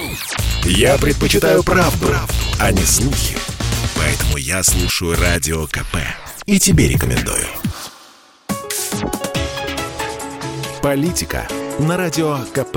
Я предпочитаю правду, а не слухи. Поэтому я слушаю Радио КП. И тебе рекомендую. Политика на Радио КП.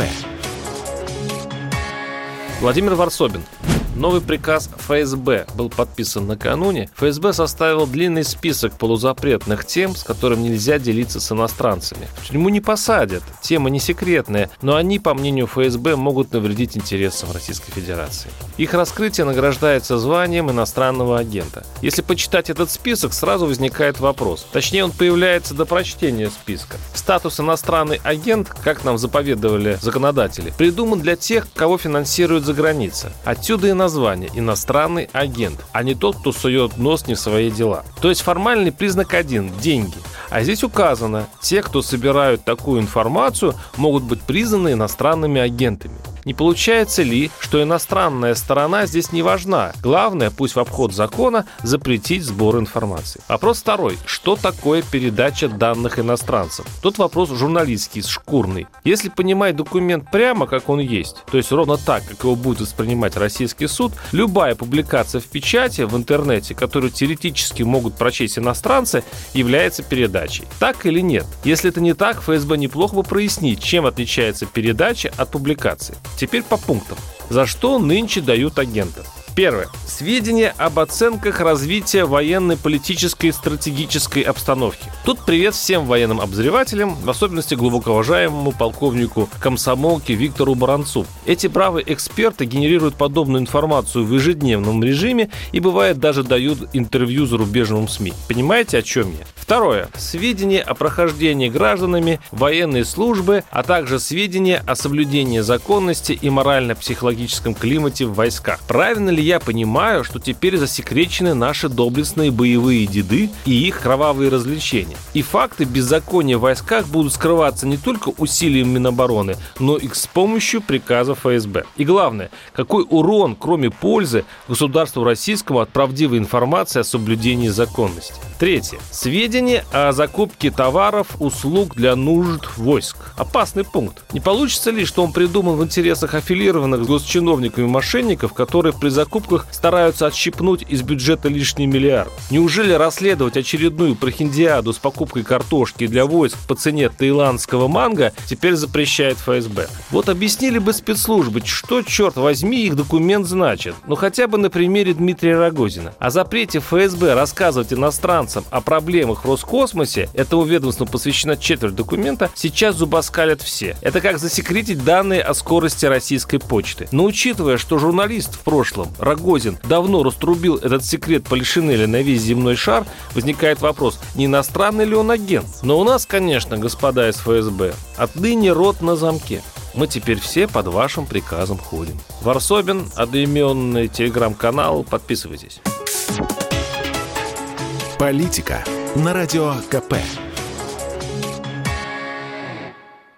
Владимир Варсобин. Новый приказ ФСБ был подписан накануне. ФСБ составил длинный список полузапретных тем, с которыми нельзя делиться с иностранцами. В тюрьму не посадят, тема не секретная, но они, по мнению ФСБ, могут навредить интересам Российской Федерации. Их раскрытие награждается званием иностранного агента. Если почитать этот список, сразу возникает вопрос. Точнее, он появляется до прочтения списка. Статус иностранный агент, как нам заповедовали законодатели, придуман для тех, кого финансируют за границей. Отсюда и название «иностранный агент», а не тот, кто сует нос не в свои дела. То есть формальный признак один – деньги. А здесь указано, те, кто собирают такую информацию, могут быть признаны иностранными агентами. Не получается ли, что иностранная сторона здесь не важна? Главное, пусть в обход закона запретить сбор информации. Вопрос второй. Что такое передача данных иностранцам? Тут вопрос журналистский, шкурный. Если понимать документ прямо, как он есть, то есть ровно так, как его будет воспринимать российский суд, любая публикация в печати, в интернете, которую теоретически могут прочесть иностранцы, является передачей. Так или нет? Если это не так, ФСБ неплохо бы прояснить, чем отличается передача от публикации. Теперь по пунктам. За что нынче дают агентов? Первое. Сведения об оценках развития военной, политической и стратегической обстановки. Тут привет всем военным обозревателям, в особенности глубоко уважаемому полковнику комсомолки Виктору Баранцу. Эти бравые эксперты генерируют подобную информацию в ежедневном режиме и, бывает, даже дают интервью зарубежным СМИ. Понимаете, о чем я? Второе. Сведения о прохождении гражданами военной службы, а также сведения о соблюдении законности и морально-психологическом климате в войсках. Правильно ли я понимаю, что теперь засекречены наши доблестные боевые деды и их кровавые развлечения? И факты беззакония в войсках будут скрываться не только усилием Минобороны, но и с помощью приказа ФСБ. И главное, какой урон, кроме пользы, государству российскому от правдивой информации о соблюдении законности? Третье. Сведения о закупке товаров, услуг для нужд войск. Опасный пункт. Не получится ли, что он придуман в интересах аффилированных с госчиновниками мошенников, которые при закупках стараются отщипнуть из бюджета лишний миллиард? Неужели расследовать очередную прохиндиаду с покупкой картошки для войск по цене таиландского манго теперь запрещает ФСБ? Вот объяснили бы спецслужбы, что, черт возьми, их документ значит. Ну хотя бы на примере Дмитрия Рогозина. О запрете ФСБ рассказывать иностранцам о проблемах в Роскосмосе, этому ведомству посвящена четверть документа, сейчас зубоскалят все. Это как засекретить данные о скорости российской почты. Но учитывая, что журналист в прошлом, Рогозин, давно раструбил этот секрет Полишинеля на весь земной шар, возникает вопрос, не иностранный ли он агент? Но у нас, конечно, господа из ФСБ, отныне рот на замке. Мы теперь все под вашим приказом ходим. Варсобин, одноименный телеграм-канал, подписывайтесь. Политика на Радио КП.